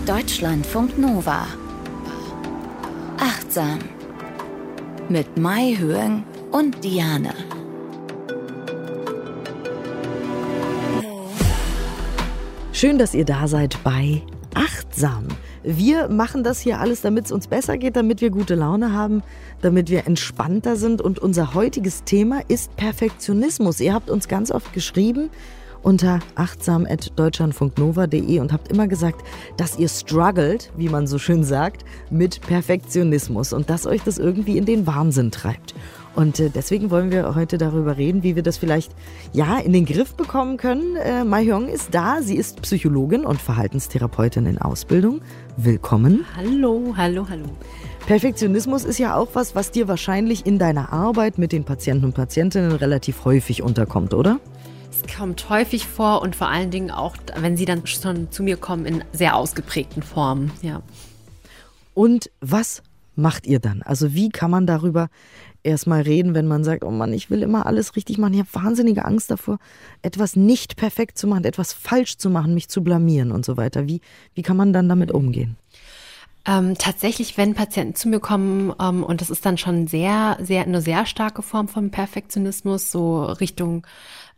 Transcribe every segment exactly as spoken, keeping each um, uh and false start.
Deutschlandfunk Nova. Achtsam. Mit Mai Höeng und Diane. Schön, dass ihr da seid bei Achtsam. Wir machen das hier alles, damit es uns besser geht, damit wir gute Laune haben, damit wir entspannter sind. Und unser heutiges Thema ist Perfektionismus. Ihr habt uns ganz oft geschrieben unter achtsam at deutschlandfunknova punkt de und habt immer gesagt, dass ihr struggelt, wie man so schön sagt, mit Perfektionismus und dass euch das irgendwie in den Wahnsinn treibt. Und deswegen wollen wir heute darüber reden, wie wir das vielleicht ja in den Griff bekommen können. Äh, Mai Höeng ist da, sie ist Psychologin und Verhaltenstherapeutin in Ausbildung. Willkommen. Hallo, hallo, hallo. Perfektionismus ist ja auch was, was dir wahrscheinlich in deiner Arbeit mit den Patienten und Patientinnen relativ häufig unterkommt, oder? Es kommt häufig vor und vor allen Dingen auch, wenn sie dann schon zu mir kommen, in sehr ausgeprägten Formen, ja. Und was macht ihr dann? Also wie kann man darüber erstmal reden, wenn man sagt, oh Mann, ich will immer alles richtig machen. Ich habe wahnsinnige Angst davor, etwas nicht perfekt zu machen, etwas falsch zu machen, mich zu blamieren und so weiter. Wie, wie kann man dann damit umgehen? Ähm, tatsächlich, wenn Patienten zu mir kommen, ähm, und das ist dann schon sehr, sehr, eine sehr starke Form von Perfektionismus, so Richtung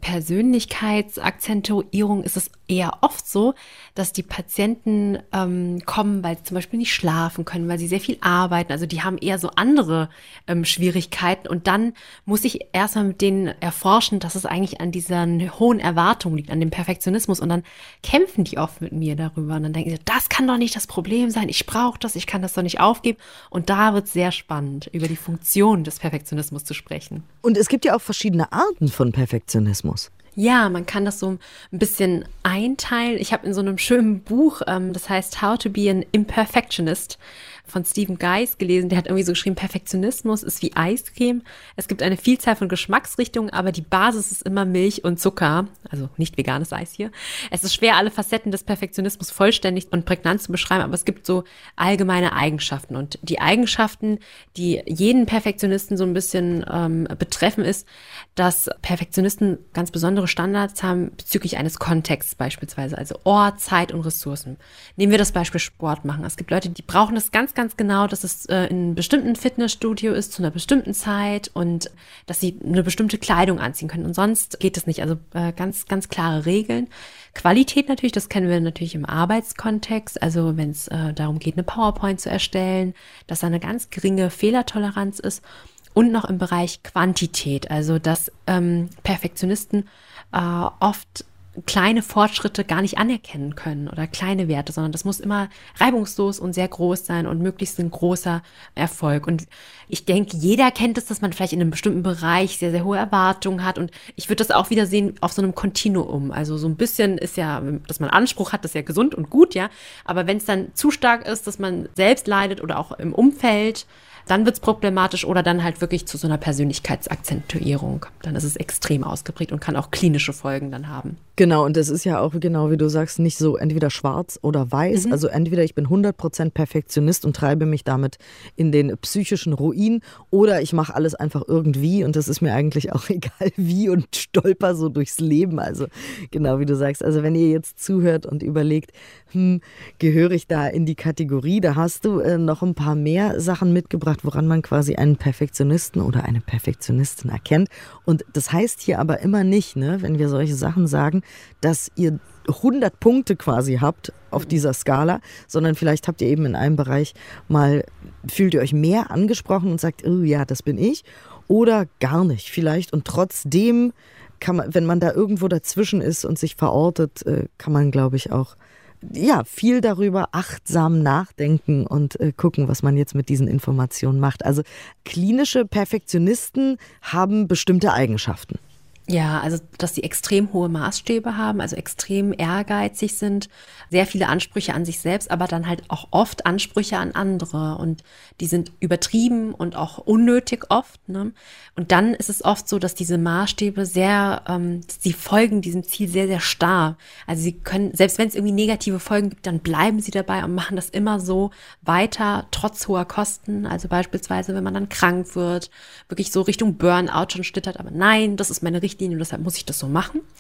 Persönlichkeitsakzentuierung, ist es eher oft so, dass die Patienten ähm, kommen, weil sie zum Beispiel nicht schlafen können, weil sie sehr viel arbeiten. Also die haben eher so andere ähm, Schwierigkeiten. Und dann muss ich erstmal mit denen erforschen, dass es eigentlich an diesen hohen Erwartungen liegt, an dem Perfektionismus. Und dann kämpfen die oft mit mir darüber. Und dann denken sie, das kann doch nicht das Problem sein. Ich brauche das, ich kann das doch nicht aufgeben. Und da wird es sehr spannend, über die Funktion des Perfektionismus zu sprechen. Und es gibt ja auch verschiedene Arten von Perfektionismus. Ja, man kann das so ein bisschen einteilen. Ich habe in so einem schönen Buch, ähm, das heißt How to be an Imperfectionist, von Stephen Geis gelesen. Der hat irgendwie so geschrieben, Perfektionismus ist wie Eiscreme. Es gibt eine Vielzahl von Geschmacksrichtungen, aber die Basis ist immer Milch und Zucker. Also nicht veganes Eis hier. Es ist schwer, alle Facetten des Perfektionismus vollständig und prägnant zu beschreiben, aber es gibt so allgemeine Eigenschaften. Und die Eigenschaften, die jeden Perfektionisten so ein bisschen ähm, betreffen, ist, dass Perfektionisten ganz besondere Standards haben bezüglich eines Kontexts beispielsweise, also Ort, Zeit und Ressourcen. Nehmen wir das Beispiel Sport machen. Es gibt Leute, die brauchen das ganz, ganz genau, dass es äh, in einem bestimmten Fitnessstudio ist, zu einer bestimmten Zeit und dass sie eine bestimmte Kleidung anziehen können. Und sonst geht es nicht. Also äh, ganz, ganz klare Regeln. Qualität natürlich, das kennen wir natürlich im Arbeitskontext. Also wenn es äh, darum geht, eine PowerPoint zu erstellen, dass da eine ganz geringe Fehlertoleranz ist. Und noch im Bereich Quantität, also dass ähm, Perfektionisten äh, oft kleine Fortschritte gar nicht anerkennen können oder kleine Werte, sondern das muss immer reibungslos und sehr groß sein und möglichst ein großer Erfolg. Und ich denke, jeder kennt es, dass man vielleicht in einem bestimmten Bereich sehr, sehr hohe Erwartungen hat. Und ich würde das auch wieder sehen auf so einem Kontinuum. Also so ein bisschen ist ja, dass man Anspruch hat, das ist ja gesund und gut, ja. Aber wenn es dann zu stark ist, dass man selbst leidet oder auch im Umfeld, dann wird es problematisch oder dann halt wirklich zu so einer Persönlichkeitsakzentuierung. Dann ist es extrem ausgeprägt und kann auch klinische Folgen dann haben. Genau, und das ist ja auch, genau wie du sagst, nicht so entweder schwarz oder weiß. Mhm. Also entweder ich bin hundert Prozent Perfektionist und treibe mich damit in den psychischen Ruin oder ich mache alles einfach irgendwie und das ist mir eigentlich auch egal wie und stolper so durchs Leben. Also genau wie du sagst, also wenn ihr jetzt zuhört und überlegt, hm, gehöre ich da in die Kategorie, da hast du äh, noch ein paar mehr Sachen mitgebracht, woran man quasi einen Perfektionisten oder eine Perfektionistin erkennt. Und das heißt hier aber immer nicht, ne, wenn wir solche Sachen sagen, dass ihr hundert Punkte quasi habt auf dieser Skala, sondern vielleicht habt ihr eben in einem Bereich mal, fühlt ihr euch mehr angesprochen und sagt, oh ja, das bin ich, oder gar nicht vielleicht. Und trotzdem kann man, wenn man da irgendwo dazwischen ist und sich verortet, kann man, glaube ich, auch ja, viel darüber achtsam nachdenken und äh, gucken, was man jetzt mit diesen Informationen macht. Also klinische Perfektionisten haben bestimmte Eigenschaften. Ja, also dass sie extrem hohe Maßstäbe haben, also extrem ehrgeizig sind, sehr viele Ansprüche an sich selbst, aber dann halt auch oft Ansprüche an andere und die sind übertrieben und auch unnötig oft, ne? Und dann ist es oft so, dass diese Maßstäbe sehr, ähm, sie folgen diesem Ziel sehr, sehr starr. Also sie können, selbst wenn es irgendwie negative Folgen gibt, dann bleiben sie dabei und machen das immer so weiter, trotz hoher Kosten. Also beispielsweise, wenn man dann krank wird, wirklich so Richtung Burnout schon schlittert, aber nein, das ist meine Richtlinie und deshalb muss ich das so machen.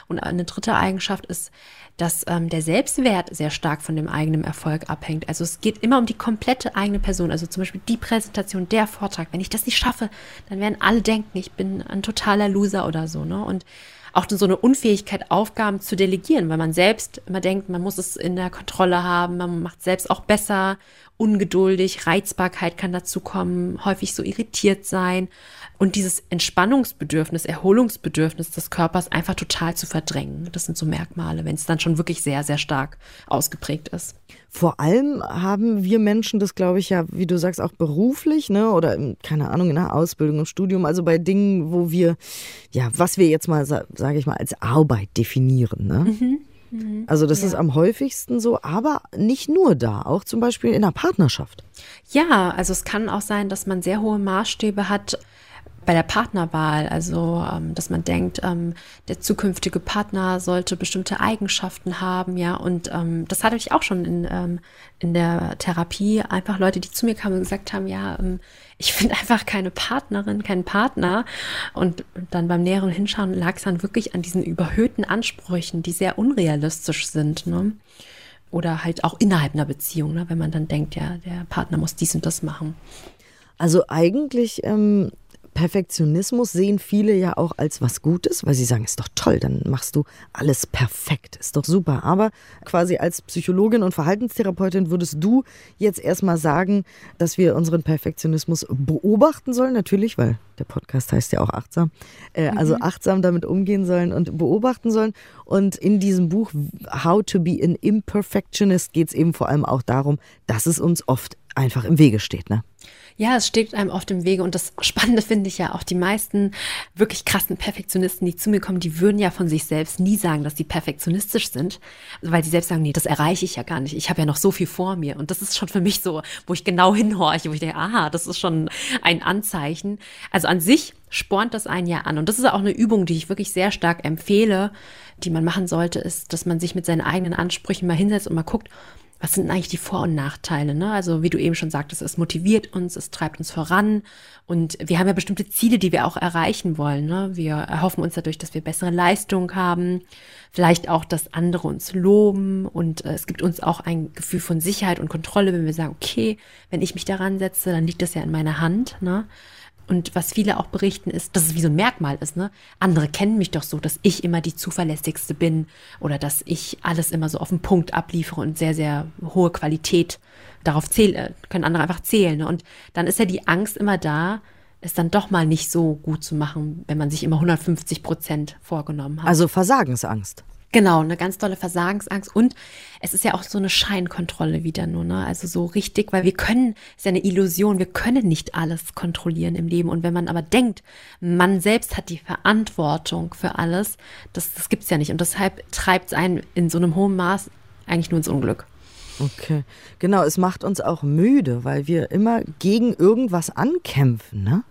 Und eine dritte Eigenschaft ist, dass ähm, der Selbstwert sehr stark von dem eigenen Erfolg abhängt. Also es geht immer um die komplette eigene Person. Also zum Beispiel die Präsentation, der Vortrag. Wenn ich das nicht schaffe, dann werden alle denken, ich bin ein totaler Loser oder so, ne? Und auch so eine Unfähigkeit, Aufgaben zu delegieren, weil man selbst immer denkt, man muss es in der Kontrolle haben, man macht selbst auch besser, ungeduldig, Reizbarkeit kann dazu kommen, häufig so irritiert sein und dieses Entspannungsbedürfnis, Erholungsbedürfnis des Körpers einfach total zu verdrängen. Das sind so Merkmale, wenn es dann schon wirklich sehr, sehr stark ausgeprägt ist. Vor allem haben wir Menschen das, glaube ich, ja, wie du sagst, auch beruflich, ne, oder in, keine Ahnung, in der Ausbildung, im Studium, also bei Dingen, wo wir, ja, was wir jetzt mal, sage ich mal, als Arbeit definieren, ne? Mhm. Mhm. Also das ja. ist am häufigsten so, aber nicht nur da, auch zum Beispiel in der Partnerschaft. Ja, also es kann auch sein, dass man sehr hohe Maßstäbe hat bei der Partnerwahl, also ähm, dass man denkt, ähm, der zukünftige Partner sollte bestimmte Eigenschaften haben, ja, und ähm, das hatte ich auch schon in, ähm, in der Therapie, einfach Leute, die zu mir kamen und gesagt haben, ja, ähm, ich finde einfach keine Partnerin, keinen Partner, und dann beim näheren Hinschauen lag es dann wirklich an diesen überhöhten Ansprüchen, die sehr unrealistisch sind, ne? Oder halt auch innerhalb einer Beziehung, ne? Wenn man dann denkt, ja, der Partner muss dies und das machen. Also eigentlich ähm Perfektionismus sehen viele ja auch als was Gutes, weil sie sagen, ist doch toll, dann machst du alles perfekt, ist doch super. Aber quasi als Psychologin und Verhaltenstherapeutin würdest du jetzt erstmal sagen, dass wir unseren Perfektionismus beobachten sollen, natürlich, weil der Podcast heißt ja auch achtsam, äh, also mhm. achtsam damit umgehen sollen und beobachten sollen. Und in diesem Buch How to be an Imperfectionist geht es eben vor allem auch darum, dass es uns oft einfach im Wege steht, ne? Ja, es steht einem oft im Wege, und das Spannende finde ich ja auch, die meisten wirklich krassen Perfektionisten, die zu mir kommen, die würden ja von sich selbst nie sagen, dass sie perfektionistisch sind, weil sie selbst sagen, nee, das erreiche ich ja gar nicht, ich habe ja noch so viel vor mir, und das ist schon für mich so, wo ich genau hinhorche, wo ich denke, aha, das ist schon ein Anzeichen. Also an sich spornt das einen ja an, und das ist auch eine Übung, die ich wirklich sehr stark empfehle, die man machen sollte, ist, dass man sich mit seinen eigenen Ansprüchen mal hinsetzt und mal guckt, was sind eigentlich die Vor- und Nachteile, ne? Also wie du eben schon sagtest, es motiviert uns, es treibt uns voran, und wir haben ja bestimmte Ziele, die wir auch erreichen wollen, ne? Wir erhoffen uns dadurch, dass wir bessere Leistung haben, vielleicht auch, dass andere uns loben, und äh, es gibt uns auch ein Gefühl von Sicherheit und Kontrolle, wenn wir sagen, okay, wenn ich mich daran setze, dann liegt das ja in meiner Hand, ne? Und was viele auch berichten, ist, dass es wie so ein Merkmal ist, ne? Andere kennen mich doch so, dass ich immer die Zuverlässigste bin oder dass ich alles immer so auf den Punkt abliefere und sehr, sehr hohe Qualität. Darauf zähle, können andere einfach zählen, ne? Und dann ist ja die Angst immer da, es dann doch mal nicht so gut zu machen, wenn man sich immer hundertfünfzig Prozent vorgenommen hat. Also Versagensangst. Genau, eine ganz tolle Versagensangst, und es ist ja auch so eine Scheinkontrolle wieder nur, ne? Also so richtig, weil wir können, ist ja eine Illusion, wir können nicht alles kontrollieren im Leben, und wenn man aber denkt, man selbst hat die Verantwortung für alles, das, das gibt's ja nicht, und deshalb treibt es einen in so einem hohen Maß eigentlich nur ins Unglück. Okay, genau, es macht uns auch müde, weil wir immer gegen irgendwas ankämpfen, ne?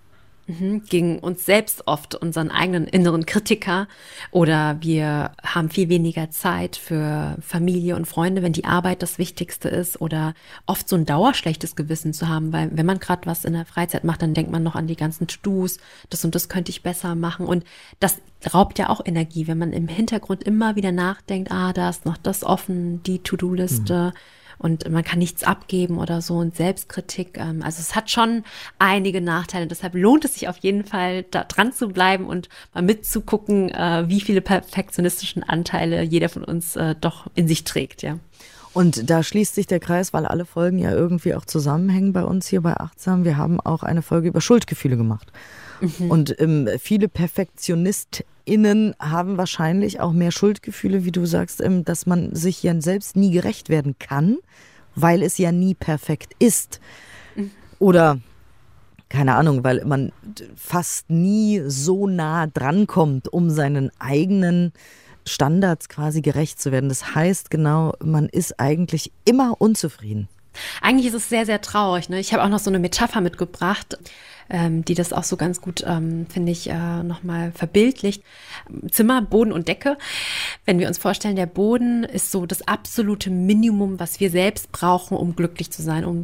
Gegen uns selbst oft, unseren eigenen inneren Kritiker, oder wir haben viel weniger Zeit für Familie und Freunde, wenn die Arbeit das Wichtigste ist, oder oft so ein dauerschlechtes Gewissen zu haben, weil wenn man gerade was in der Freizeit macht, dann denkt man noch an die ganzen To-Dos, das und das könnte ich besser machen, und das raubt ja auch Energie, wenn man im Hintergrund immer wieder nachdenkt, ah, da ist noch das offen, die To-Do-Liste, mhm. Und man kann nichts abgeben oder so, und Selbstkritik. Also es hat schon einige Nachteile. Deshalb lohnt es sich auf jeden Fall, da dran zu bleiben und mal mitzugucken, wie viele perfektionistischen Anteile jeder von uns doch in sich trägt, ja. Und da schließt sich der Kreis, weil alle Folgen ja irgendwie auch zusammenhängen bei uns hier bei Achtsam. Wir haben auch eine Folge über Schuldgefühle gemacht. Mhm. Und ähm, viele PerfektionistInnen haben wahrscheinlich auch mehr Schuldgefühle, wie du sagst, ähm, dass man sich ja selbst nie gerecht werden kann, weil es ja nie perfekt ist. Mhm. Oder, keine Ahnung, weil man fast nie so nah drankommt, um seinen eigenen Standards quasi gerecht zu werden. Das heißt genau, man ist eigentlich immer unzufrieden. Eigentlich ist es sehr, sehr traurig, ne? Ich habe auch noch so eine Metapher mitgebracht, ähm, die das auch so ganz gut, ähm, finde ich, äh, nochmal verbildlicht. Zimmer, Boden und Decke. Wenn wir uns vorstellen, der Boden ist so das absolute Minimum, was wir selbst brauchen, um glücklich zu sein, um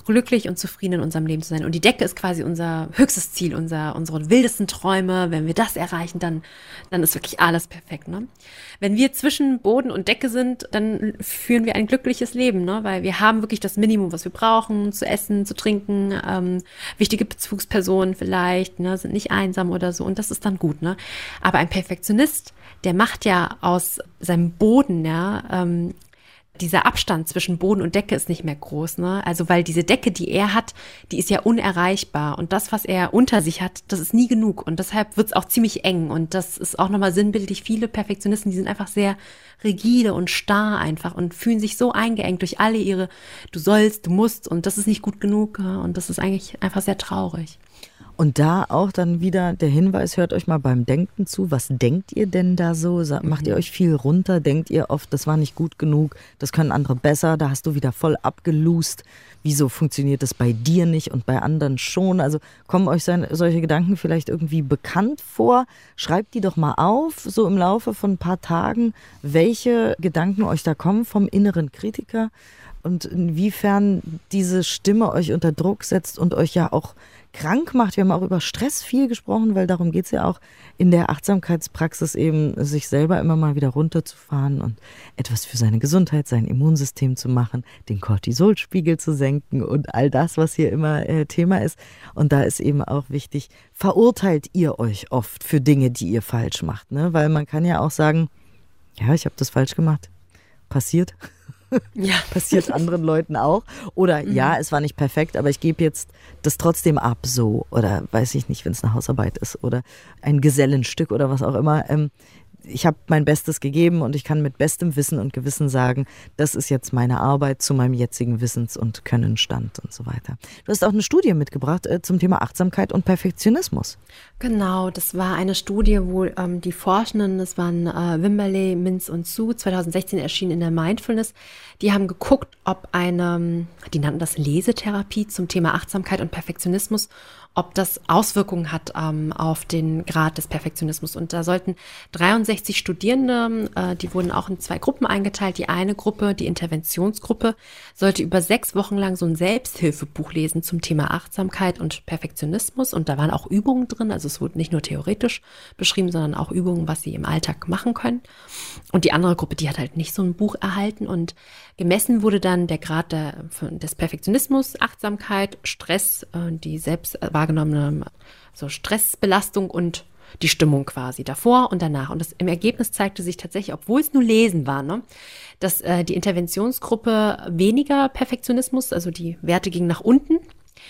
glücklich und zufrieden in unserem Leben zu sein. Und die Decke ist quasi unser höchstes Ziel, unser, unsere wildesten Träume. Wenn wir das erreichen, dann, dann ist wirklich alles perfekt. Ne? Wenn wir zwischen Boden und Decke sind, dann führen wir ein glückliches Leben, ne? Weil wir haben wirklich das Minimum, was wir brauchen, zu essen, zu trinken, ähm, wichtige Bezugspersonen vielleicht, ne? Sind nicht einsam oder so und das ist dann gut. Ne? Aber ein Perfektionist, der macht ja aus seinem Boden, ja, ähm, dieser Abstand zwischen Boden und Decke ist nicht mehr groß, ne? Also weil diese Decke, die er hat, die ist ja unerreichbar und das, was er unter sich hat, das ist nie genug und deshalb wird es auch ziemlich eng und das ist auch nochmal sinnbildlich. Viele Perfektionisten, die sind einfach sehr rigide und starr einfach und fühlen sich so eingeengt durch alle ihre du sollst, du musst und das ist nicht gut genug und das ist eigentlich einfach sehr traurig. Und da auch dann wieder der Hinweis, hört euch mal beim Denken zu. Was denkt ihr denn da so? Macht ihr euch viel runter? Denkt ihr oft, das war nicht gut genug, das können andere besser, da hast du wieder voll abgelust. Wieso funktioniert das bei dir nicht und bei anderen schon? Also kommen euch seine, solche Gedanken vielleicht irgendwie bekannt vor? Schreibt die doch mal auf, so im Laufe von ein paar Tagen, welche Gedanken euch da kommen vom inneren Kritiker und inwiefern diese Stimme euch unter Druck setzt und euch ja auch krank macht. Wir haben auch über Stress viel gesprochen, weil darum geht es ja auch in der Achtsamkeitspraxis eben, sich selber immer mal wieder runterzufahren und etwas für seine Gesundheit, sein Immunsystem zu machen, den Cortisolspiegel zu senken und all das, was hier immer äh, Thema ist. Und da ist eben auch wichtig, verurteilt ihr euch oft für Dinge, die ihr falsch macht, ne? Weil man kann ja auch sagen, ja, ich habe das falsch gemacht, passiert. Ja. Passiert anderen Leuten auch. Oder mhm. ja, es war nicht perfekt, aber ich gebe jetzt das trotzdem ab so. Oder weiß ich nicht, wenn es eine Hausarbeit ist oder ein Gesellenstück oder was auch immer. Ähm, ich habe mein Bestes gegeben und ich kann mit bestem Wissen und Gewissen sagen, das ist jetzt meine Arbeit zu meinem jetzigen Wissens- und Könnenstand und so weiter. Du hast auch eine Studie mitgebracht äh, zum Thema Achtsamkeit und Perfektionismus. Genau, das war eine Studie, wo ähm, die Forschenden, das waren äh, Wimberley, Mintz und Su, zwanzig sechzehn erschienen in der Mindfulness, die haben geguckt, ob eine, die nannten das Lesetherapie zum Thema Achtsamkeit und Perfektionismus, ob das Auswirkungen hat ähm, auf den Grad des Perfektionismus. Und da sollten dreiundsechzig Studierende, äh, die wurden auch in zwei Gruppen eingeteilt. Die eine Gruppe, die Interventionsgruppe, sollte über sechs Wochen lang so ein Selbsthilfebuch lesen zum Thema Achtsamkeit und Perfektionismus. Und da waren auch Übungen drin, also es wurde nicht nur theoretisch beschrieben, sondern auch Übungen, was sie im Alltag machen können. Und die andere Gruppe, die hat halt nicht so ein Buch erhalten. Und gemessen wurde dann der Grad der, des Perfektionismus, Achtsamkeit, Stress, äh, die selbst wahrgenommene so Stressbelastung und die Stimmung quasi davor und danach. Und das, im Ergebnis zeigte sich tatsächlich, obwohl es nur Lesen war, ne, dass äh, die Interventionsgruppe weniger Perfektionismus, also die Werte gingen nach unten.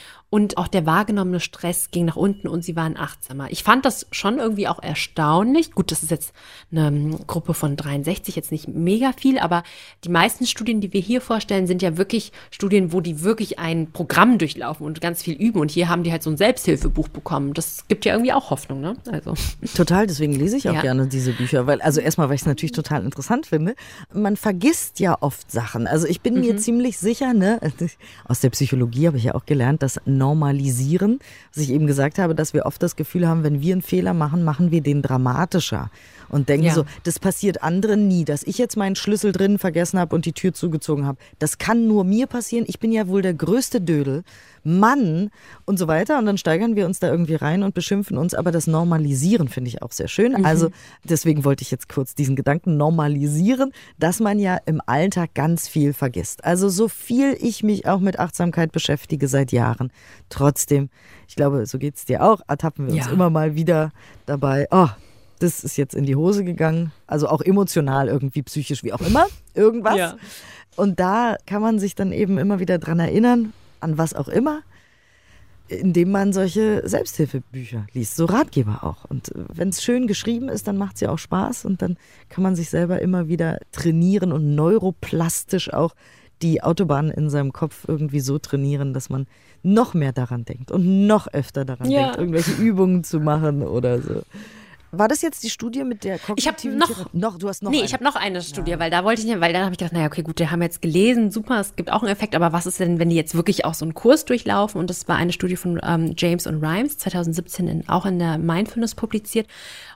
Und auch der wahrgenommene Stress ging nach unten und sie waren achtsamer. Ich fand das schon irgendwie auch erstaunlich. Gut, das ist jetzt eine Gruppe von dreiundsechzig, jetzt nicht mega viel, aber die meisten Studien, die wir hier vorstellen, sind ja wirklich Studien, wo die wirklich ein Programm durchlaufen und ganz viel üben. Und hier haben die halt so ein Selbsthilfebuch bekommen. Das gibt ja irgendwie auch Hoffnung, ne? Also. Total, deswegen lese ich auch ja. gerne diese Bücher. Weil, also erstmal, weil ich es natürlich total interessant finde. Man vergisst ja oft Sachen. Also ich bin mhm. mir ziemlich sicher, ne, aus der Psychologie habe ich ja auch gelernt, dass normalisieren, was ich eben gesagt habe, dass wir oft das Gefühl haben, wenn wir einen Fehler machen, machen wir den dramatischer und denken ja. so, das passiert anderen nie, dass ich jetzt meinen Schlüssel drin vergessen habe und die Tür zugezogen habe. Das kann nur mir passieren. Ich bin ja wohl der größte Dödel, Mann und so weiter und dann steigern wir uns da irgendwie rein und beschimpfen uns, aber das Normalisieren finde ich auch sehr schön. Mhm. Also deswegen wollte ich jetzt kurz diesen Gedanken normalisieren, dass man ja im Alltag ganz viel vergisst. Also so viel ich mich auch mit Achtsamkeit beschäftige seit Jahren, trotzdem, ich glaube, so geht es dir auch, ertappen wir uns ja. immer mal wieder dabei, oh, das ist jetzt in die Hose gegangen, also auch emotional irgendwie, psychisch, wie auch immer, irgendwas. Ja. Und da kann man sich dann eben immer wieder dran erinnern, an was auch immer, indem man solche Selbsthilfebücher liest, so Ratgeber auch. Und wenn es schön geschrieben ist, dann macht es ja auch Spaß und dann kann man sich selber immer wieder trainieren und neuroplastisch auch die Autobahn in seinem Kopf irgendwie so trainieren, dass man noch mehr daran denkt und noch öfter daran ja. denkt, irgendwelche Übungen zu machen oder so. War das jetzt die Studie mit der kognitiven Ich habe noch, noch, du hast noch nee, eine. ich habe noch eine Studie, ja. weil da wollte ich nicht, weil dann habe ich gedacht, naja, okay, gut, die haben jetzt gelesen, super, es gibt auch einen Effekt, aber was ist denn, wenn die jetzt wirklich auch so einen Kurs durchlaufen? Und das war eine Studie von ähm, James und Rhymes, zwanzig siebzehn in, auch in der Mindfulness publiziert.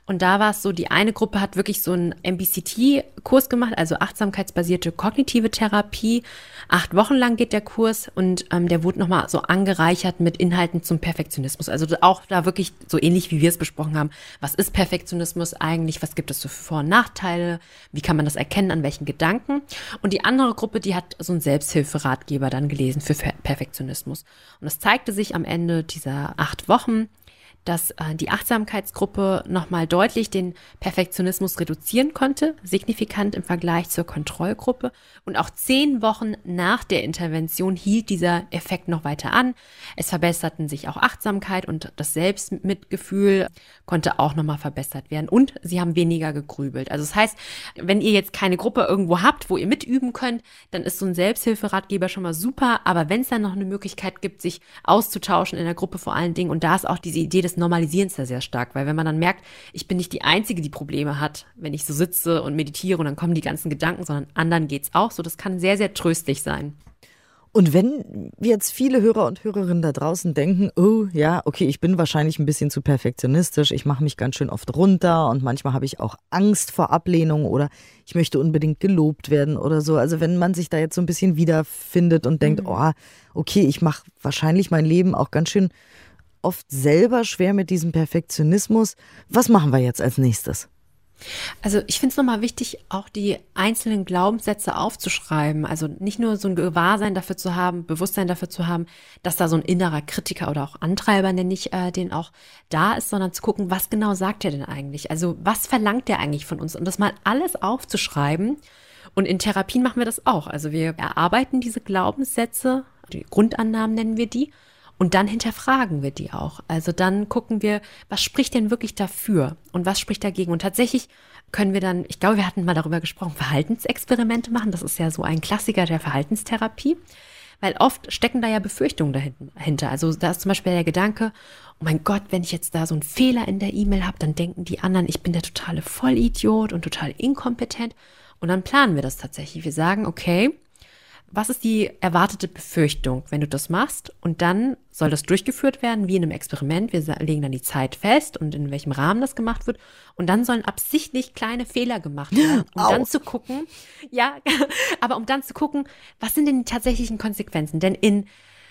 Und da war es so, die eine Gruppe hat wirklich so einen M B C T-Kurs gemacht, also achtsamkeitsbasierte kognitive Therapie. Acht Wochen lang geht der Kurs und ähm, der wurde nochmal so angereichert mit Inhalten zum Perfektionismus. Also auch da wirklich so ähnlich, wie wir es besprochen haben. Was ist Perfektionismus eigentlich? Was gibt es so für Vor- und Nachteile? Wie kann man das erkennen? An welchen Gedanken? Und die andere Gruppe, die hat so einen Selbsthilferatgeber dann gelesen für Perfektionismus. Und es zeigte sich am Ende dieser acht Wochen, dass äh, die Achtsamkeitsgruppe nochmal deutlich den Perfektionismus reduzieren konnte, signifikant im Vergleich zur Kontrollgruppe. Und auch zehn Wochen nach der Intervention hielt dieser Effekt noch weiter an. Es verbesserten sich auch Achtsamkeit und das Selbstmitgefühl konnte auch nochmal verbessert werden. Und sie haben weniger gegrübelt. Also das heißt, wenn ihr jetzt keine Gruppe irgendwo habt, wo ihr mitüben könnt, dann ist so ein Selbsthilferatgeber schon mal super. Aber wenn es dann noch eine Möglichkeit gibt, sich auszutauschen in der Gruppe vor allen Dingen, und da ist auch diese Idee des Normalisierens da sehr stark, weil wenn man dann merkt, ich bin nicht die Einzige, die Probleme hat, wenn ich so sitze und meditiere und dann kommen die ganzen Gedanken, sondern anderen geht's auch so, das kann sehr, sehr tröstlich sein. Und wenn jetzt viele Hörer und Hörerinnen da draußen denken, oh ja, okay, ich bin wahrscheinlich ein bisschen zu perfektionistisch, ich mache mich ganz schön oft runter und manchmal habe ich auch Angst vor Ablehnung oder ich möchte unbedingt gelobt werden oder so. Also wenn man sich da jetzt so ein bisschen wiederfindet und denkt, mhm. oh, okay, ich mache wahrscheinlich mein Leben auch ganz schön oft selber schwer mit diesem Perfektionismus. Was machen wir jetzt als nächstes? Also ich finde es nochmal wichtig, auch die einzelnen Glaubenssätze aufzuschreiben. Also nicht nur so ein Gewahrsein dafür zu haben, Bewusstsein dafür zu haben, dass da so ein innerer Kritiker oder auch Antreiber, nenne ich äh, den auch, da ist, sondern zu gucken, was genau sagt er denn eigentlich? Also was verlangt der eigentlich von uns? Und das mal alles aufzuschreiben. Und in Therapien machen wir das auch. Also wir erarbeiten diese Glaubenssätze, die Grundannahmen nennen wir die. Und dann hinterfragen wir die auch. Also dann gucken wir, was spricht denn wirklich dafür und was spricht dagegen. Und tatsächlich können wir dann, ich glaube, wir hatten mal darüber gesprochen, Verhaltensexperimente machen. Das ist ja so ein Klassiker der Verhaltenstherapie, weil oft stecken da ja Befürchtungen dahinter. Also da ist zum Beispiel der Gedanke, oh mein Gott, wenn ich jetzt da so einen Fehler in der E-Mail habe, dann denken die anderen, ich bin der totale Vollidiot und total inkompetent. Und dann planen wir das tatsächlich. Wir sagen, okay, was ist die erwartete Befürchtung, wenn du das machst? Und dann soll das durchgeführt werden, wie in einem Experiment. Wir legen dann die Zeit fest und in welchem Rahmen das gemacht wird. Und dann sollen absichtlich kleine Fehler gemacht werden, um Au. dann zu gucken, ja, aber um dann zu gucken, was sind denn die tatsächlichen Konsequenzen? Denn in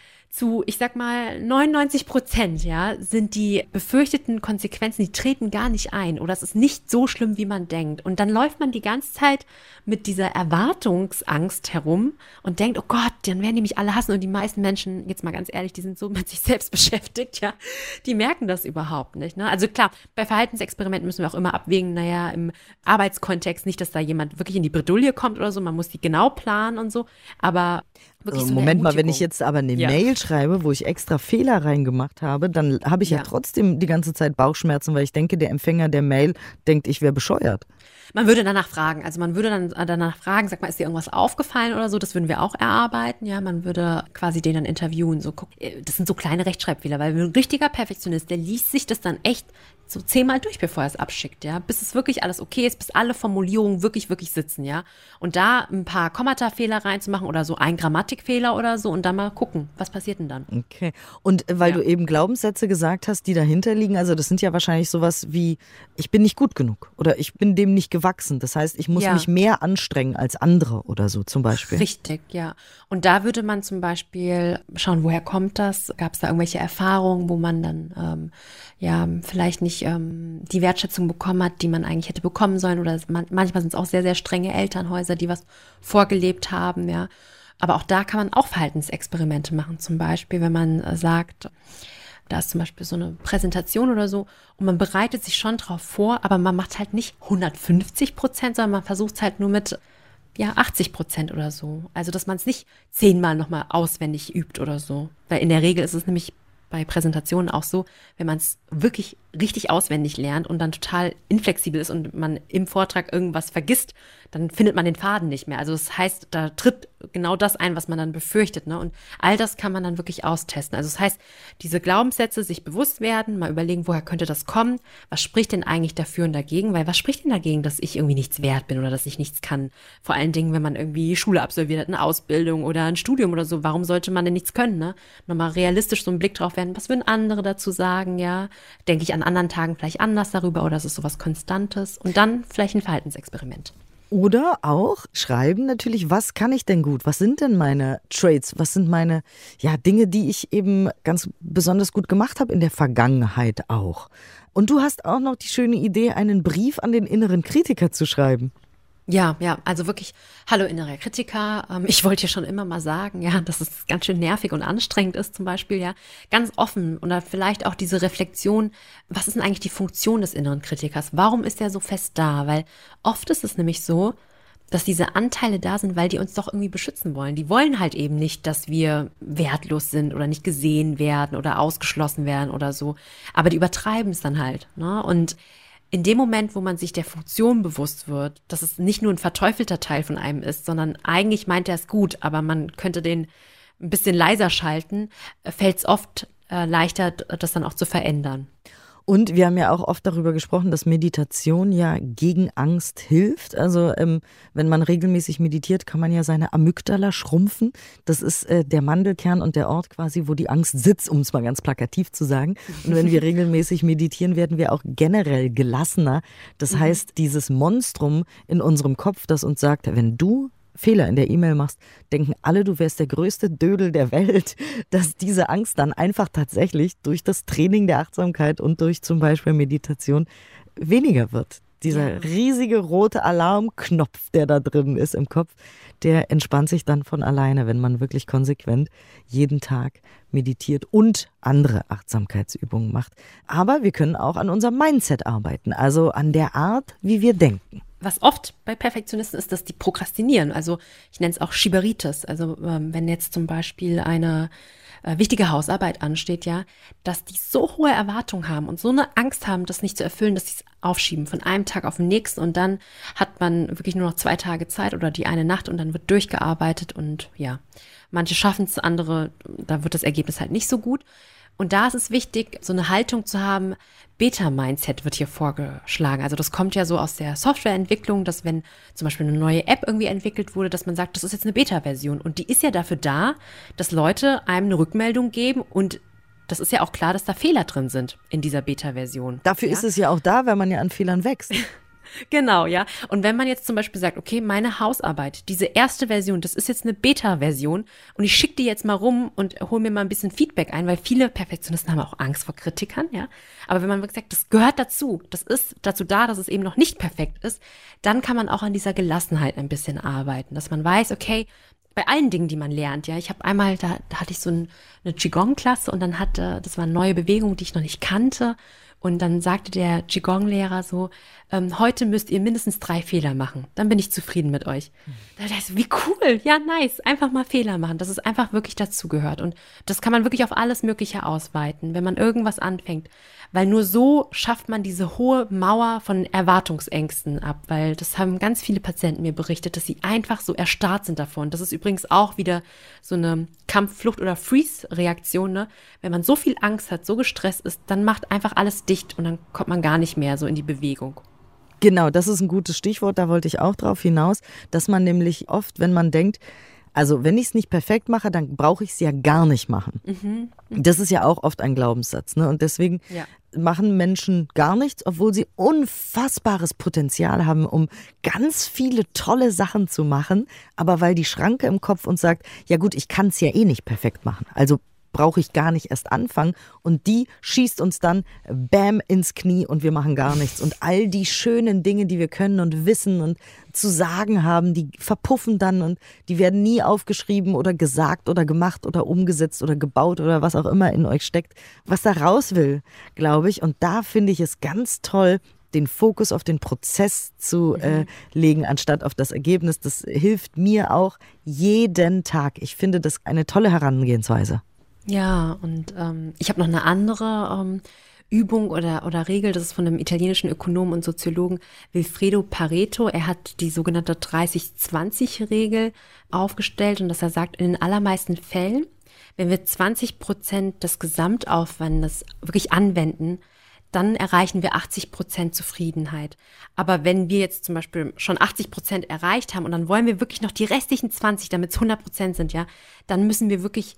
zu, ich sag mal, neunundneunzig Prozent, ja, sind die befürchteten Konsequenzen, die treten gar nicht ein oder es ist nicht so schlimm, wie man denkt. Und dann läuft man die ganze Zeit mit dieser Erwartungsangst herum und denkt, oh Gott, dann werden die mich alle hassen. Und die meisten Menschen, jetzt mal ganz ehrlich, die sind so mit sich selbst beschäftigt, ja, die merken das überhaupt nicht, ne? Also klar, bei Verhaltensexperimenten müssen wir auch immer abwägen, naja, im Arbeitskontext nicht, dass da jemand wirklich in die Bredouille kommt oder so, man muss die genau planen und so, aber wirklich so Moment mal, wenn ich jetzt aber eine ja. Mail schreibe, wo ich extra Fehler reingemacht habe, dann habe ich ja. ja trotzdem die ganze Zeit Bauchschmerzen, weil ich denke, der Empfänger der Mail denkt, ich wäre bescheuert. Man würde danach fragen, also man würde dann danach fragen, sag mal, ist dir irgendwas aufgefallen oder so, das würden wir auch erarbeiten, ja, man würde quasi den dann interviewen, so, guck, das sind so kleine Rechtschreibfehler, weil ein richtiger Perfektionist, der liest sich das dann echt so zehnmal durch, bevor er es abschickt, ja, bis es wirklich alles okay ist, bis alle Formulierungen wirklich, wirklich sitzen, ja, und da ein paar Kommatafehler reinzumachen oder so ein Grammatikfehler oder so und dann mal gucken, was passiert denn dann. Okay, und weil Ja. du eben Glaubenssätze gesagt hast, die dahinter liegen, also das sind ja wahrscheinlich sowas wie, ich bin nicht gut genug oder ich bin dem nicht gewachsen, das heißt, ich muss Ja. mich mehr anstrengen als andere oder so zum Beispiel. Richtig, ja. Und da würde man zum Beispiel schauen, woher kommt das? Gab es da irgendwelche Erfahrungen, wo man dann ähm, ja vielleicht nicht ähm, die Wertschätzung bekommen hat, die man eigentlich hätte bekommen sollen? Oder es, man, manchmal sind es auch sehr, sehr strenge Elternhäuser, die was vorgelebt haben, ja. Aber auch da kann man auch Verhaltensexperimente machen. Zum Beispiel, wenn man äh, sagt, da ist zum Beispiel so eine Präsentation oder so und man bereitet sich schon drauf vor, aber man macht halt nicht hundertfünfzig Prozent, sondern man versucht es halt nur mit ja, achtzig Prozent oder so. Also, dass man es nicht zehnmal nochmal auswendig übt oder so. Weil in der Regel ist es nämlich bei Präsentationen auch so, wenn man es wirklich richtig auswendig lernt und dann total inflexibel ist und man im Vortrag irgendwas vergisst, dann findet man den Faden nicht mehr. Also das heißt, da tritt genau das ein, was man dann befürchtet, ne? Und all das kann man dann wirklich austesten. Also das heißt, diese Glaubenssätze sich bewusst werden, mal überlegen, woher könnte das kommen? Was spricht denn eigentlich dafür und dagegen? Weil was spricht denn dagegen, dass ich irgendwie nichts wert bin oder dass ich nichts kann? Vor allen Dingen, wenn man irgendwie Schule absolviert hat, eine Ausbildung oder ein Studium oder so. Warum sollte man denn nichts können, ne? Nochmal realistisch so einen Blick drauf werden. Was würden andere dazu sagen, ja? Denke ich an an anderen Tagen vielleicht anders darüber oder es ist sowas Konstantes und dann vielleicht ein Verhaltensexperiment. Oder auch schreiben natürlich, was kann ich denn gut? Was sind denn meine Traits? Was sind meine ja, Dinge, die ich eben ganz besonders gut gemacht habe in der Vergangenheit auch? Und du hast auch noch die schöne Idee, einen Brief an den inneren Kritiker zu schreiben. Ja, ja, also wirklich, hallo innerer Kritiker. Ähm, ich wollte dir schon immer mal sagen, ja, dass es ganz schön nervig und anstrengend ist zum Beispiel, ja, ganz offen oder vielleicht auch diese Reflexion, was ist denn eigentlich die Funktion des inneren Kritikers? Warum ist er so fest da? Weil oft ist es nämlich so, dass diese Anteile da sind, weil die uns doch irgendwie beschützen wollen. Die wollen halt eben nicht, dass wir wertlos sind oder nicht gesehen werden oder ausgeschlossen werden oder so. Aber die übertreiben es dann halt, ne? Und in dem Moment, wo man sich der Funktion bewusst wird, dass es nicht nur ein verteufelter Teil von einem ist, sondern eigentlich meint er es gut, aber man könnte den ein bisschen leiser schalten, fällt es oft äh, leichter, das dann auch zu verändern. Und wir haben ja auch oft darüber gesprochen, dass Meditation ja gegen Angst hilft. Also ähm, wenn man regelmäßig meditiert, kann man ja seine Amygdala schrumpfen. Das ist äh, der Mandelkern und der Ort quasi, wo die Angst sitzt, um es mal ganz plakativ zu sagen. Und wenn wir regelmäßig meditieren, werden wir auch generell gelassener. Das heißt, dieses Monstrum in unserem Kopf, das uns sagt, wenn du Fehler in der E-Mail machst, denken alle, du wärst der größte Dödel der Welt, dass diese Angst dann einfach tatsächlich durch das Training der Achtsamkeit und durch zum Beispiel Meditation weniger wird. Dieser ja. riesige rote Alarmknopf, der da drin ist im Kopf, der entspannt sich dann von alleine, wenn man wirklich konsequent jeden Tag meditiert und andere Achtsamkeitsübungen macht. Aber wir können auch an unserem Mindset arbeiten, also an der Art, wie wir denken. Was oft bei Perfektionisten ist, dass die prokrastinieren. Also ich nenne es auch Schieberitis. Also ähm, wenn jetzt zum Beispiel eine äh, wichtige Hausarbeit ansteht, ja, dass die so hohe Erwartungen haben und so eine Angst haben, das nicht zu erfüllen, dass sie es aufschieben von einem Tag auf den nächsten und dann hat man wirklich nur noch zwei Tage Zeit oder die eine Nacht und dann wird durchgearbeitet und ja, manche schaffen es, andere, da wird das Ergebnis halt nicht so gut. Und da ist es wichtig, so eine Haltung zu haben. Beta-Mindset wird hier vorgeschlagen. Also das kommt ja so aus der Softwareentwicklung, dass wenn zum Beispiel eine neue App irgendwie entwickelt wurde, dass man sagt, das ist jetzt eine Beta-Version. Und die ist ja dafür da, dass Leute einem eine Rückmeldung geben und das ist ja auch klar, dass da Fehler drin sind in dieser Beta-Version. Dafür ja? ist es ja auch da, weil man ja an Fehlern wächst. Genau, ja. Und wenn man jetzt zum Beispiel sagt, okay, meine Hausarbeit, diese erste Version, das ist jetzt eine Beta-Version und ich schicke die jetzt mal rum und hole mir mal ein bisschen Feedback ein, weil viele Perfektionisten haben auch Angst vor Kritikern, ja. Aber wenn man wirklich sagt, das gehört dazu, das ist dazu da, dass es eben noch nicht perfekt ist, dann kann man auch an dieser Gelassenheit ein bisschen arbeiten, dass man weiß, okay, bei allen Dingen, die man lernt, ja. Ich habe einmal, da, da hatte ich so ein, eine Qigong-Klasse und dann hatte, das war eine neue Bewegung, die ich noch nicht kannte. Und dann sagte der Qigong-Lehrer so, ähm, heute müsst ihr mindestens drei Fehler machen. Dann bin ich zufrieden mit euch. Mhm. Da dachte ich so, wie cool, ja nice, einfach mal Fehler machen, dass es einfach wirklich dazugehört. Und das kann man wirklich auf alles Mögliche ausweiten, wenn man irgendwas anfängt. Weil nur so schafft man diese hohe Mauer von Erwartungsängsten ab. Weil das haben ganz viele Patienten mir berichtet, dass sie einfach so erstarrt sind davon. Das ist übrigens auch wieder so eine Kampf-, Flucht- oder Freeze-Reaktion, ne? Wenn man so viel Angst hat, so gestresst ist, dann macht einfach alles dicht und dann kommt man gar nicht mehr so in die Bewegung. Genau, das ist ein gutes Stichwort, da wollte ich auch drauf hinaus, dass man nämlich oft, wenn man denkt, also wenn ich es nicht perfekt mache, dann brauche ich es ja gar nicht machen. Mhm. Das ist ja auch oft ein Glaubenssatz, ne? Und deswegen ja. machen Menschen gar nichts, obwohl sie unfassbares Potenzial haben, um ganz viele tolle Sachen zu machen, aber weil die Schranke im Kopf uns sagt, ja gut, ich kann es ja eh nicht perfekt machen, also brauche ich gar nicht erst anfangen und die schießt uns dann bam ins Knie und wir machen gar nichts und all die schönen Dinge, die wir können und wissen und zu sagen haben, die verpuffen dann und die werden nie aufgeschrieben oder gesagt oder gemacht oder umgesetzt oder gebaut oder was auch immer in euch steckt, was da raus will, glaube ich. Und da finde ich es ganz toll, den Fokus auf den Prozess zu äh, legen, anstatt auf das Ergebnis. Das hilft mir auch jeden Tag. Ich finde das eine tolle Herangehensweise. Ja, und ähm, ich habe noch eine andere ähm, Übung oder, oder Regel, das ist von einem italienischen Ökonomen und Soziologen Vilfredo Pareto. Er hat die sogenannte dreißig zwanzig Regel aufgestellt und dass er sagt, in den allermeisten Fällen, wenn wir zwanzig Prozent des Gesamtaufwandes wirklich anwenden, dann erreichen wir achtzig Prozent Zufriedenheit. Aber wenn wir jetzt zum Beispiel schon achtzig Prozent erreicht haben und dann wollen wir wirklich noch die restlichen zwanzig, damit es hundert Prozent sind, ja, dann müssen wir wirklich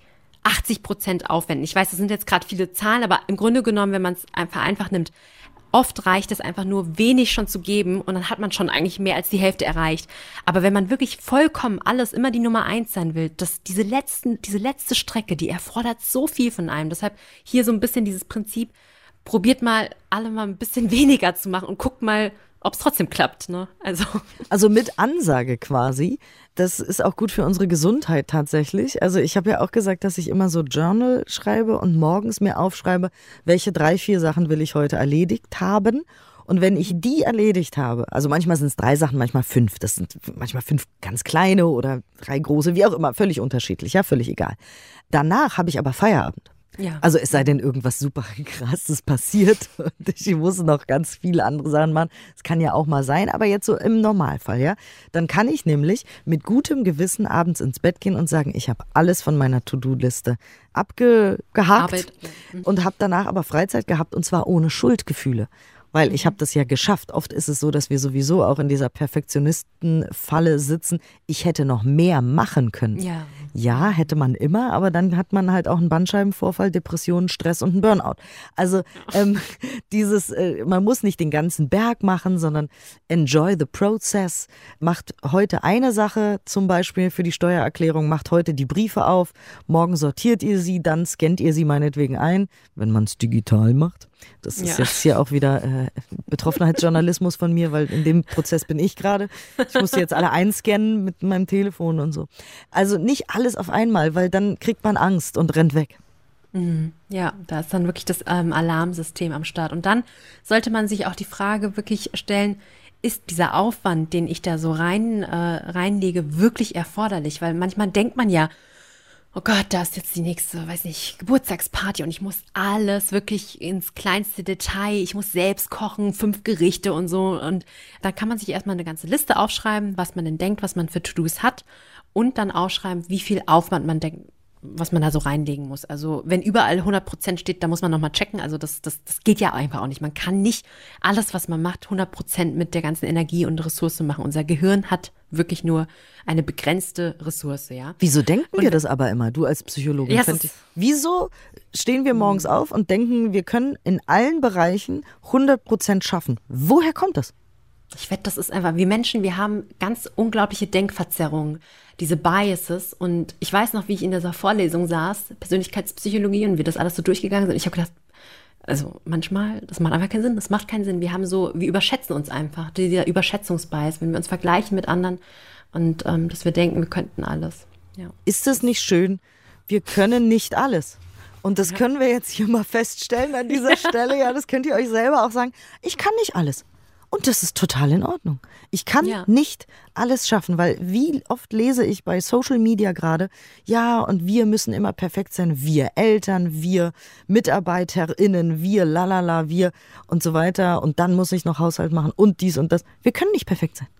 achtzig Prozent aufwenden. Ich weiß, das sind jetzt gerade viele Zahlen, aber im Grunde genommen, wenn man es einfach einfach nimmt, oft reicht es einfach nur wenig schon zu geben und dann hat man schon eigentlich mehr als die Hälfte erreicht. Aber wenn man wirklich vollkommen alles immer die Nummer eins sein will, das, diese letzten, diese letzte Strecke, die erfordert so viel von einem. Deshalb hier so ein bisschen dieses Prinzip, probiert mal alle mal ein bisschen weniger zu machen und guckt mal, ob es trotzdem klappt, ne? Also. Also mit Ansage quasi. Das ist auch gut für unsere Gesundheit tatsächlich. Also ich habe ja auch gesagt, dass ich immer so Journal schreibe und morgens mir aufschreibe, welche drei, vier Sachen will ich heute erledigt haben. Und wenn ich die erledigt habe, also manchmal sind es drei Sachen, manchmal fünf. Das sind manchmal fünf ganz kleine oder drei große, wie auch immer, völlig unterschiedlich, ja, völlig egal. Danach habe ich aber Feierabend. Ja. Also es sei denn, irgendwas super krasses passiert und ich muss noch ganz viele andere Sachen machen. Das kann ja auch mal sein, aber jetzt so im Normalfall, ja. Dann kann ich nämlich mit gutem Gewissen abends ins Bett gehen und sagen, ich habe alles von meiner To-Do-Liste abgehakt Arbeit, ja. Mhm. und habe danach aber Freizeit gehabt und zwar ohne Schuldgefühle. Weil ich habe das ja geschafft. Oft ist es so, dass wir sowieso auch in dieser Perfektionistenfalle sitzen. Ich hätte noch mehr machen können. Ja. Ja, hätte man immer, aber dann hat man halt auch einen Bandscheibenvorfall, Depressionen, Stress und einen Burnout. Also ähm, dieses, äh, man muss nicht den ganzen Berg machen, sondern enjoy the process. Macht heute eine Sache, zum Beispiel für die Steuererklärung, macht heute die Briefe auf, morgen sortiert ihr sie, dann scannt ihr sie meinetwegen ein, wenn man es digital macht. Das ist Ja. jetzt hier auch wieder äh, Betroffenheitsjournalismus von mir, weil in dem Prozess bin ich gerade. Ich musste jetzt alle einscannen mit meinem Telefon und so. Also nicht alles auf einmal, weil dann kriegt man Angst und rennt weg. Mhm. Ja, da ist dann wirklich das ähm, Alarmsystem am Start. Und dann sollte man sich auch die Frage wirklich stellen, ist dieser Aufwand, den ich da so rein äh, reinlege, wirklich erforderlich? Weil manchmal denkt man ja, oh Gott, da ist jetzt die nächste, weiß nicht, Geburtstagsparty und ich muss alles wirklich ins kleinste Detail, ich muss selbst kochen, fünf Gerichte und so. Und da kann man sich erstmal eine ganze Liste aufschreiben, was man denn denkt, was man für To-Dos hat und dann aufschreiben, wie viel Aufwand man denkt, was man da so reinlegen muss. Also wenn überall hundert Prozent steht, da muss man nochmal checken. Also das, das, das geht ja einfach auch nicht. Man kann nicht alles, was man macht, hundert Prozent mit der ganzen Energie und Ressource machen. Unser Gehirn hat wirklich nur eine begrenzte Ressource, ja. Wieso denken Und- wir das aber immer, du als Psychologin? Ja, es Fänd ist- ich- Wieso stehen wir morgens auf und denken, wir können in allen Bereichen hundert Prozent schaffen? Woher kommt das? Ich wette, das ist einfach, wir Menschen, wir haben ganz unglaubliche Denkverzerrungen, diese Biases. Und ich weiß noch, wie ich in dieser Vorlesung saß, Persönlichkeitspsychologie, und wir das alles so durchgegangen sind. Ich habe gedacht, also manchmal, das macht einfach keinen Sinn, das macht keinen Sinn. Wir haben so, wir überschätzen uns einfach, dieser Überschätzungsbias, wenn wir uns vergleichen mit anderen und ähm, dass wir denken, wir könnten alles. Ja. Ist es nicht schön? Wir können nicht alles. Und das können wir jetzt hier mal feststellen an dieser Stelle. Ja, das könnt ihr euch selber auch sagen. Ich kann nicht alles. Und das ist total in Ordnung. Ich kann Ja. nicht alles schaffen, weil wie oft lese ich bei Social Media gerade, ja, und wir müssen immer perfekt sein, wir Eltern, wir MitarbeiterInnen, wir lalala, wir und so weiter. Und dann muss ich noch Haushalt machen und dies und das. Wir können nicht perfekt sein.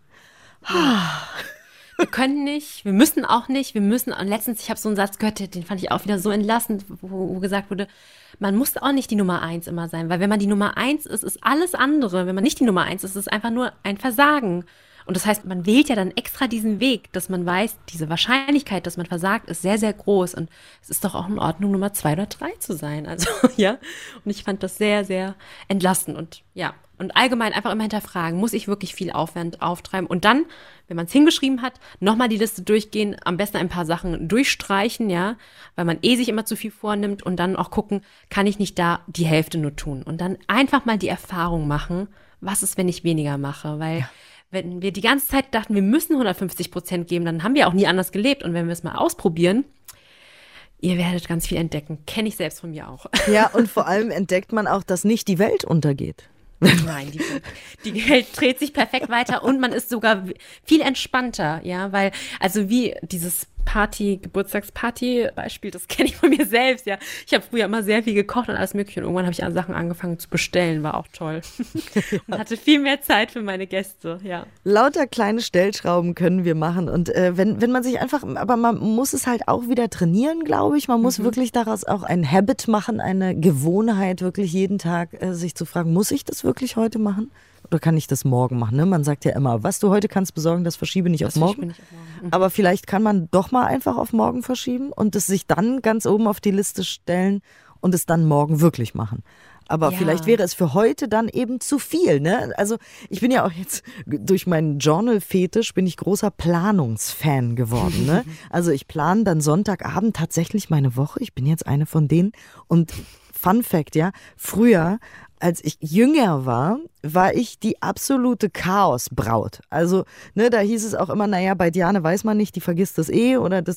Wir können nicht, wir müssen auch nicht, wir müssen, und letztens, ich habe so einen Satz gehört, den fand ich auch wieder so entlastend, wo, wo gesagt wurde, man muss auch nicht die Nummer eins immer sein, weil wenn man die Nummer eins ist, ist alles andere, wenn man nicht die Nummer eins ist, ist es einfach nur ein Versagen. Und das heißt, man wählt ja dann extra diesen Weg, dass man weiß, diese Wahrscheinlichkeit, dass man versagt, ist sehr, sehr groß. Und es ist doch auch in Ordnung, Nummer zwei oder drei zu sein. Also, ja. Und ich fand das sehr, sehr entlastend. Und ja, und allgemein einfach immer hinterfragen, muss ich wirklich viel Aufwand auftreiben? Und dann, wenn man es hingeschrieben hat, nochmal die Liste durchgehen, am besten ein paar Sachen durchstreichen, ja, weil man eh sich immer zu viel vornimmt und dann auch gucken, kann ich nicht da die Hälfte nur tun? Und dann einfach mal die Erfahrung machen, was ist, wenn ich weniger mache? Weil ja. Wenn wir die ganze Zeit dachten, wir müssen hundertfünfzig Prozent geben, dann haben wir auch nie anders gelebt. Und wenn wir es mal ausprobieren, ihr werdet ganz viel entdecken. Kenne ich selbst von mir auch. Ja, und vor allem entdeckt man auch, dass nicht die Welt untergeht. Nein, die, die Welt dreht sich perfekt weiter und man ist sogar viel entspannter, ja, weil, also wie dieses Party, Geburtstagsparty-Beispiel, das kenne ich von mir selbst, ja. Ich habe früher immer sehr viel gekocht und alles mögliche und irgendwann habe ich an Sachen angefangen zu bestellen, war auch toll. Und hatte viel mehr Zeit für meine Gäste, ja. Lauter kleine Stellschrauben können wir machen und äh, wenn, wenn man sich einfach, aber man muss es halt auch wieder trainieren, glaube ich. Man muss mhm. wirklich daraus auch ein Habit machen, eine Gewohnheit, wirklich jeden Tag äh, sich zu fragen, muss ich das wirklich heute machen? oder kann ich das morgen machen? Ne? Man sagt ja immer, was du heute kannst besorgen, das verschiebe nicht auf morgen. Nicht auf morgen. Mhm. Aber vielleicht kann man doch mal einfach auf morgen verschieben und es sich dann ganz oben auf die Liste stellen und es dann morgen wirklich machen. Aber ja. vielleicht wäre es für heute dann eben zu viel. Ne? Also ich bin ja auch jetzt durch meinen Journal-Fetisch bin ich großer Planungsfan geworden. Ne? Also ich plane dann Sonntagabend tatsächlich meine Woche. Ich bin jetzt eine von denen. Und Fun Fact, ja, früher, als ich jünger war, war ich die absolute Chaosbraut. Also, ne, da hieß es auch immer, naja, bei Diane weiß man nicht, die vergisst das eh oder das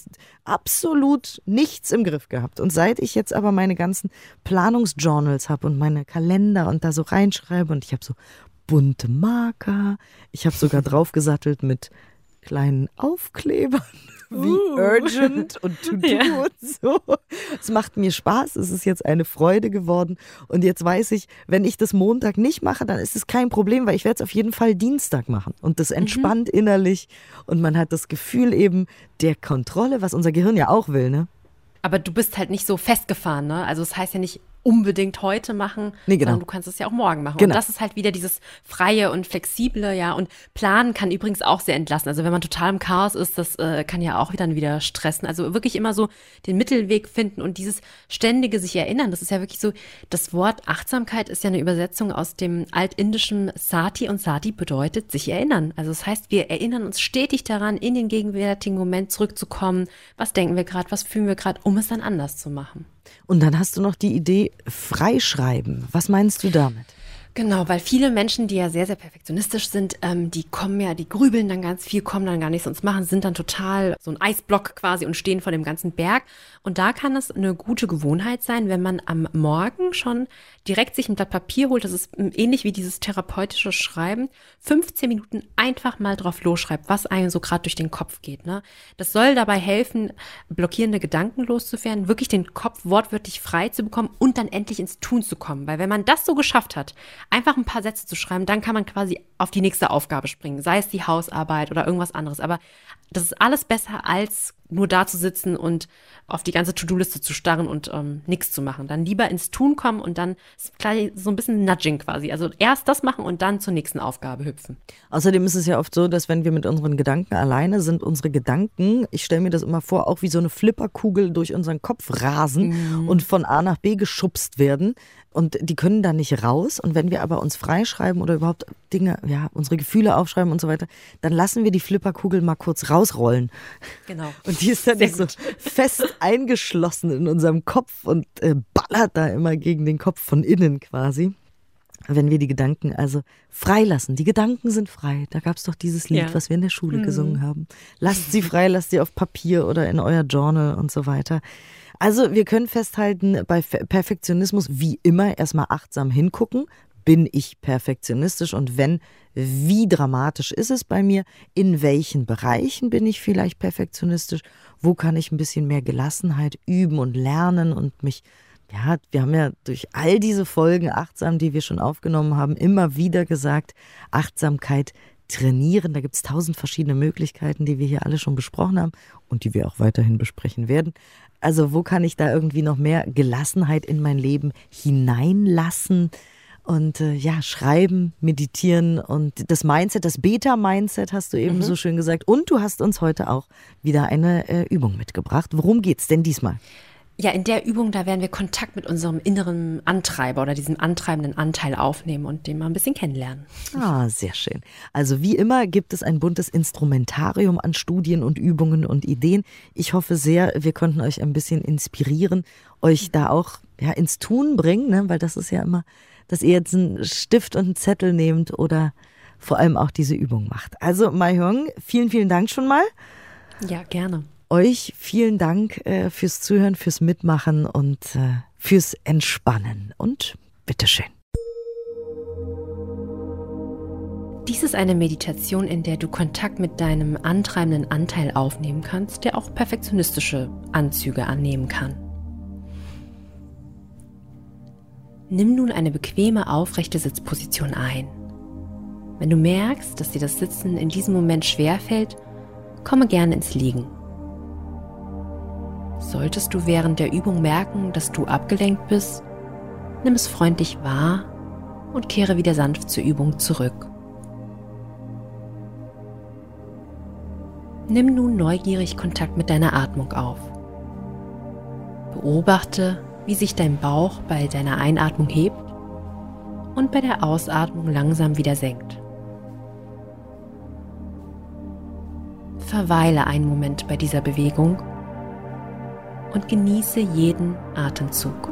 absolut nichts im Griff gehabt. Und seit ich jetzt aber meine ganzen Planungsjournals habe und meine Kalender und da so reinschreibe und ich habe so bunte Marker, ich habe sogar draufgesattelt mit kleinen Aufklebern. Wie uh. urgent und to do ja. und so. Es macht mir Spaß, es ist jetzt eine Freude geworden und jetzt weiß ich, wenn ich das Montag nicht mache, dann ist es kein Problem, weil ich werde es auf jeden Fall Dienstag machen und das entspannt mhm. innerlich und man hat das Gefühl eben der Kontrolle, was unser Gehirn ja auch will, ne? Aber du bist halt nicht so festgefahren, ne? Also es das heißt ja nicht unbedingt heute machen, nee, genau. sondern du kannst es ja auch morgen machen. Genau. Und das ist halt wieder dieses Freie und Flexible, ja. Und Planen kann übrigens auch sehr entlasten. Also wenn man total im Chaos ist, das äh, kann ja auch dann wieder stressen. Also wirklich immer so den Mittelweg finden und dieses ständige sich erinnern. Das ist ja wirklich so, das Wort Achtsamkeit ist ja eine Übersetzung aus dem altindischen Sati und Sati bedeutet sich erinnern. Also das heißt, wir erinnern uns stetig daran, in den gegenwärtigen Moment zurückzukommen. Was denken wir gerade, was fühlen wir gerade, um es dann anders zu machen. Und dann hast du noch die Idee freischreiben. Was meinst du damit? Genau, weil viele Menschen, die ja sehr, sehr perfektionistisch sind, ähm, die kommen ja, die grübeln dann ganz viel, kommen dann gar nichts sonst machen, sind dann total so ein Eisblock quasi und stehen vor dem ganzen Berg. Und da kann es eine gute Gewohnheit sein, wenn man am Morgen schon direkt sich ein Blatt Papier holt, das ist ähnlich wie dieses therapeutische Schreiben, fünfzehn Minuten einfach mal drauf losschreibt, was einem so gerade durch den Kopf geht. Ne? Das soll dabei helfen, blockierende Gedanken loszuwerden, wirklich den Kopf wortwörtlich frei zu bekommen und dann endlich ins Tun zu kommen. Weil wenn man das so geschafft hat, einfach ein paar Sätze zu schreiben, dann kann man quasi auf die nächste Aufgabe springen, sei es die Hausarbeit oder irgendwas anderes. Aber das ist alles besser, als nur da zu sitzen und auf die ganze To-Do-Liste zu starren und ähm, nichts zu machen. Dann lieber ins Tun kommen und dann ist klar, so ein bisschen Nudging quasi. Also erst das machen und dann zur nächsten Aufgabe hüpfen. Außerdem ist es ja oft so, dass wenn wir mit unseren Gedanken alleine sind, unsere Gedanken, ich stelle mir das immer vor, auch wie so eine Flipperkugel durch unseren Kopf rasen mhm. und von A nach B geschubst werden. Und die können da nicht raus. Und wenn wir aber uns freischreiben oder überhaupt Dinge, ja, unsere Gefühle aufschreiben und so weiter, dann lassen wir die Flipperkugel mal kurz rausrollen. Genau. Und die ist dann nicht so fest eingeschlossen in unserem Kopf und äh, ballert da immer gegen den Kopf von innen quasi. Wenn wir die Gedanken also freilassen. Die Gedanken sind frei. Da gab es doch dieses Lied, ja. was wir in der Schule mhm. gesungen haben. Lasst sie frei, lasst sie auf Papier oder in euer Journal und so weiter. Also wir können festhalten, bei Perfektionismus wie immer erstmal achtsam hingucken. Bin ich perfektionistisch und wenn, wie dramatisch ist es bei mir? In welchen Bereichen bin ich vielleicht perfektionistisch? Wo kann ich ein bisschen mehr Gelassenheit üben und lernen und mich, ja, wir haben ja durch all diese Folgen achtsam, die wir schon aufgenommen haben, immer wieder gesagt, Achtsamkeit trainieren. Da gibt es tausend verschiedene Möglichkeiten, die wir hier alle schon besprochen haben und die wir auch weiterhin besprechen werden. Also wo kann ich da irgendwie noch mehr Gelassenheit in mein Leben hineinlassen? Und äh, ja, schreiben, meditieren und das Mindset, das Beta-Mindset hast du eben mhm. so schön gesagt. Und du hast uns heute auch wieder eine äh, Übung mitgebracht. Worum geht's denn diesmal? Ja, in der Übung, da werden wir Kontakt mit unserem inneren Antreiber oder diesem antreibenden Anteil aufnehmen und den mal ein bisschen kennenlernen. Ah, sehr schön. Also wie immer gibt es ein buntes Instrumentarium an Studien und Übungen und Ideen. Ich hoffe sehr, wir konnten euch ein bisschen inspirieren, euch da auch ja, ins Tun bringen, ne? Weil das ist ja immer, dass ihr jetzt einen Stift und einen Zettel nehmt oder vor allem auch diese Übung macht. Also Mai-Hyung, vielen, vielen Dank schon mal. Ja, gerne. Euch vielen Dank äh, fürs Zuhören, fürs Mitmachen und äh, fürs Entspannen. Und bitteschön. Dies ist eine Meditation, in der du Kontakt mit deinem antreibenden Anteil aufnehmen kannst, der auch perfektionistische Anzüge annehmen kann. Nimm nun eine bequeme, aufrechte Sitzposition ein. Wenn du merkst, dass dir das Sitzen in diesem Moment schwerfällt, komme gerne ins Liegen. Solltest du während der Übung merken, dass du abgelenkt bist, nimm es freundlich wahr und kehre wieder sanft zur Übung zurück. Nimm nun neugierig Kontakt mit deiner Atmung auf. Beobachte, wie sich dein Bauch bei deiner Einatmung hebt und bei der Ausatmung langsam wieder senkt. Verweile einen Moment bei dieser Bewegung und genieße jeden Atemzug.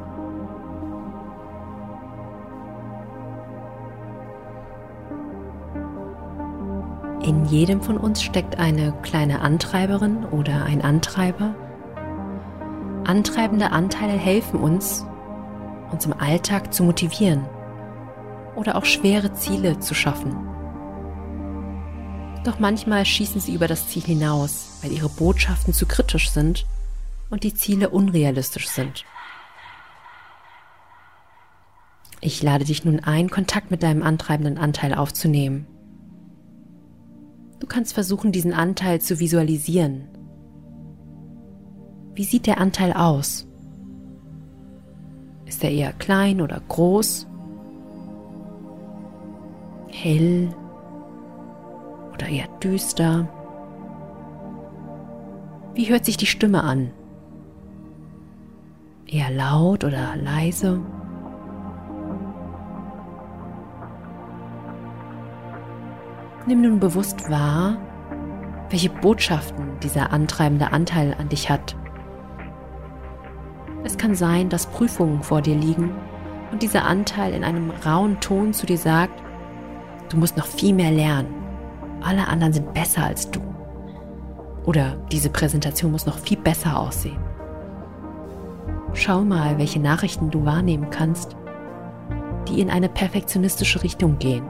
In jedem von uns steckt eine kleine Antreiberin oder ein Antreiber. Antreibende Anteile helfen uns, uns im Alltag zu motivieren oder auch schwere Ziele zu schaffen. Doch manchmal schießen sie über das Ziel hinaus, weil ihre Botschaften zu kritisch sind und die Ziele unrealistisch sind. Ich lade dich nun ein, Kontakt mit deinem antreibenden Anteil aufzunehmen. Du kannst versuchen, diesen Anteil zu visualisieren. Wie sieht der Anteil aus? Ist er eher klein oder groß? Hell oder eher düster? Wie hört sich die Stimme an? Eher laut oder leise? Nimm nun bewusst wahr, welche Botschaften dieser antreibende Anteil an dich hat. Es kann sein, dass Prüfungen vor dir liegen und dieser Anteil in einem rauen Ton zu dir sagt, du musst noch viel mehr lernen, alle anderen sind besser als du. Oder diese Präsentation muss noch viel besser aussehen. Schau mal, welche Nachrichten du wahrnehmen kannst, die in eine perfektionistische Richtung gehen.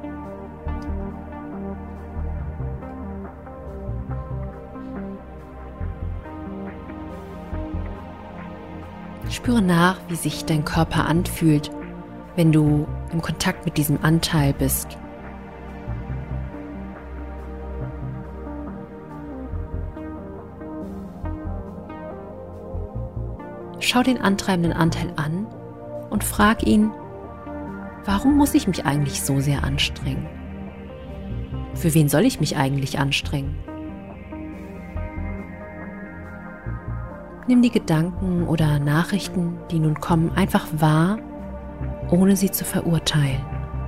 Spüre nach, wie sich dein Körper anfühlt, wenn du im Kontakt mit diesem Anteil bist. Schau den antreibenden Anteil an und frag ihn, warum muss ich mich eigentlich so sehr anstrengen? Für wen soll ich mich eigentlich anstrengen? Nimm die Gedanken oder Nachrichten, die nun kommen, einfach wahr, ohne sie zu verurteilen.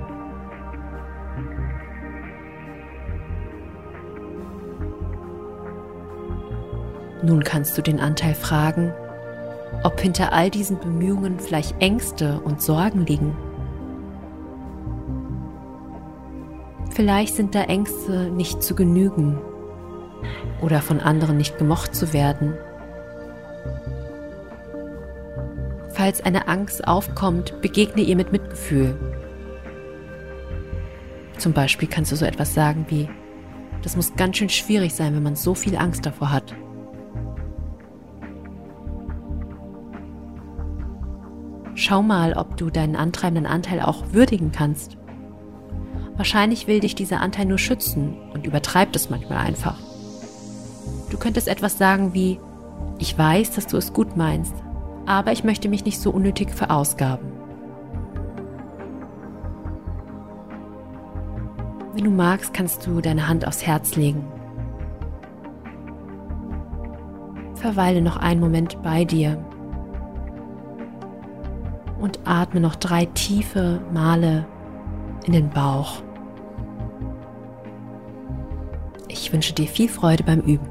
Nun kannst du den Anteil fragen, ob hinter all diesen Bemühungen vielleicht Ängste und Sorgen liegen. Vielleicht sind da Ängste, nicht zu genügen oder von anderen nicht gemocht zu werden. Falls eine Angst aufkommt, begegne ihr mit Mitgefühl. Zum Beispiel kannst du so etwas sagen wie, das muss ganz schön schwierig sein, wenn man so viel Angst davor hat. Schau mal, ob du deinen antreibenden Anteil auch würdigen kannst. Wahrscheinlich will dich dieser Anteil nur schützen und übertreibt es manchmal einfach. Du könntest etwas sagen wie, ich weiß, dass du es gut meinst, aber ich möchte mich nicht so unnötig verausgaben. Wenn du magst, kannst du deine Hand aufs Herz legen. Verweile noch einen Moment bei dir und atme noch drei tiefe Male in den Bauch. Ich wünsche dir viel Freude beim Üben.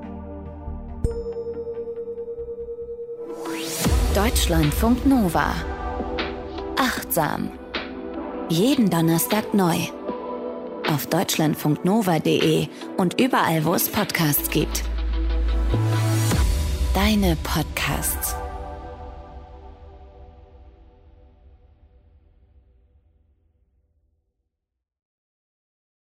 Deutschlandfunk Nova. Achtsam. Jeden Donnerstag neu. Auf deutschlandfunknova punkt de und überall, wo es Podcasts gibt. Deine Podcasts.